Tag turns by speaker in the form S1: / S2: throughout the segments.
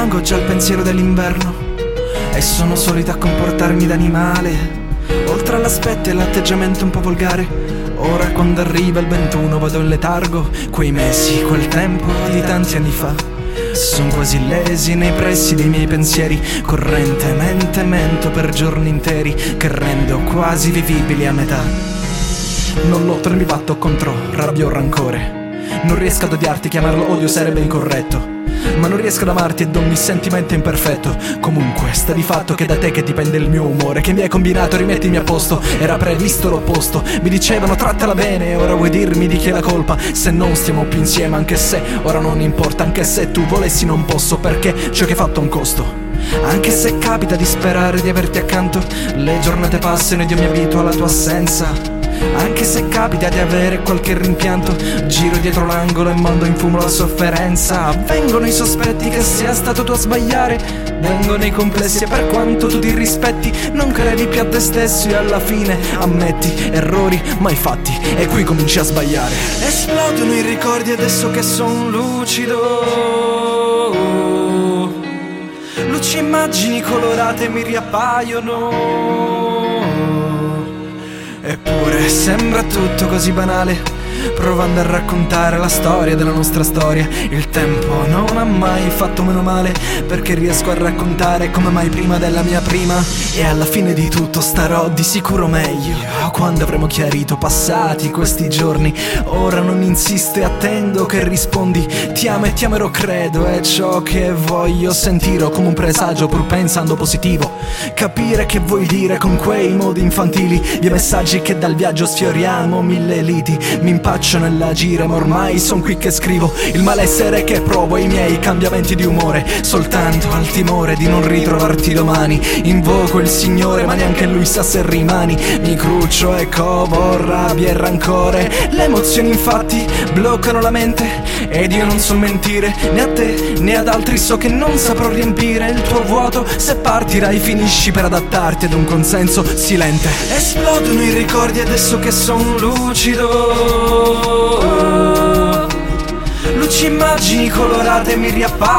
S1: stanco già il pensiero dell'inverno e sono solita a comportarmi da animale. Oltre all'aspetto e l'atteggiamento un po' volgare, ora quando arriva il 21 vado in letargo. Quei mesi, quel tempo di tanti anni fa, son quasi lesi nei pressi dei miei pensieri. Correntemente mento per giorni interi che rendo quasi vivibili a metà. Non lotto né mi batto contro rabbia o rancore, non riesco ad odiarti, chiamarlo odio sarebbe incorretto, ma non riesco ad amarti ed ogni sentimento è imperfetto. Comunque sta di fatto che da te che dipende il mio umore, che mi hai combinato, rimettimi a posto. Era previsto l'opposto, mi dicevano trattala bene, ora vuoi dirmi di chi è la colpa? Se non stiamo più insieme, anche se ora non importa, anche se tu volessi non posso, perché ciò che hai fatto ha un costo. Anche se capita di sperare di averti accanto, le giornate passano ed io mi abituo alla tua assenza. Anche se capita di avere qualche rimpianto, giro dietro l'angolo e mando in fumo la sofferenza. Vengono i sospetti che sia stato tu a sbagliare, vengono i complessi e per quanto tu ti rispetti non credi più a te stesso e alla fine ammetti errori mai fatti e qui cominci a sbagliare. Esplodono i ricordi adesso che son lucido, luci immagini colorate mi riappaiono. Eppure sembra tutto così banale, provando a raccontare la storia della nostra storia. Il tempo non ha mai fatto meno male, perché riesco a raccontare come mai prima della mia prima. E alla fine di tutto starò di sicuro meglio quando avremo chiarito passati questi giorni. Ora non insisto e attendo che rispondi. Ti amo e ti amerò, credo, è ciò che voglio. Sentirò come un presagio pur pensando positivo, capire che vuoi dire con quei modi infantili. Via messaggi che dal viaggio sfioriamo mille liti. Mi impaccio nell'agire ma ormai son qui che scrivo il malessere che provo e i miei cambiamenti di umore, soltanto al timore di non ritrovarti domani. Invoco il Signore ma neanche Lui sa se rimani. Mi cruccio e covo rabbia e rancore, le emozioni infatti bloccano la mente ed io non so mentire né a te né ad altri. So che non saprò riempire il tuo vuoto, se partirai finisci per adattarti ad un consenso silente. Esplodono i ricordi adesso che son lucido, luci immagini colorate mi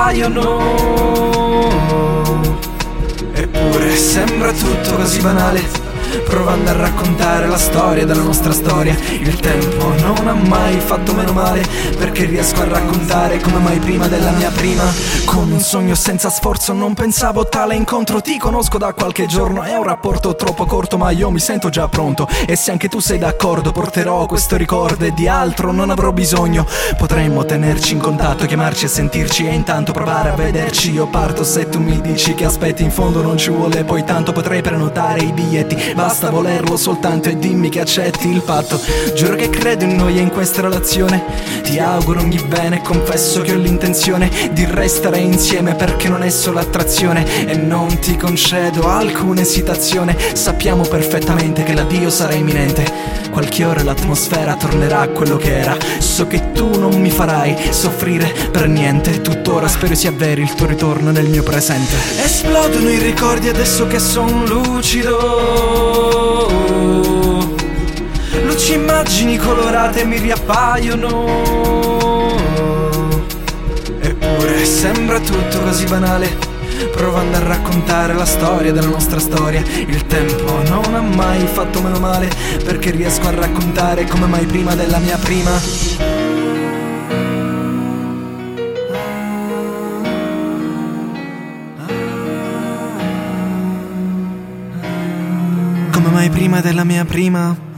S1: riappaiono. Eppure sembra tutto così banale, provando a raccontare la storia della nostra storia. Il tempo non ha mai fatto meno male, perché riesco a raccontare come mai prima della mia prima. Come un sogno senza sforzo, non pensavo tale incontro. Ti conosco da qualche giorno, è un rapporto troppo corto ma io mi sento già pronto. E se anche tu sei d'accordo porterò questo ricordo e di altro non avrò bisogno. Potremmo tenerci in contatto, chiamarci e sentirci e intanto provare a vederci. Io parto se tu mi dici che aspetti, in fondo non ci vuole poi tanto. Potrei prenotare i biglietti, basta volerlo soltanto e dimmi che accetti il patto. Giuro che credo in noi e in questa relazione, ti auguro ogni bene, confesso che ho l'intenzione di restare insieme perché non è solo attrazione e non ti concedo alcuna esitazione. Sappiamo perfettamente che l'addio sarà imminente, qualche ora l'atmosfera tornerà a quello che era. So che tu non mi farai soffrire per niente, tuttora spero sia vero il tuo ritorno nel mio presente. Esplodono i ricordi adesso che son lucido, luci immagini colorate mi riappaiono. Eppure sembra tutto così banale, provando a raccontare la storia della nostra storia. Il tempo non ha mai fatto meno male, perché riesco a raccontare come mai prima della mia prima. Come mai prima della mia prima.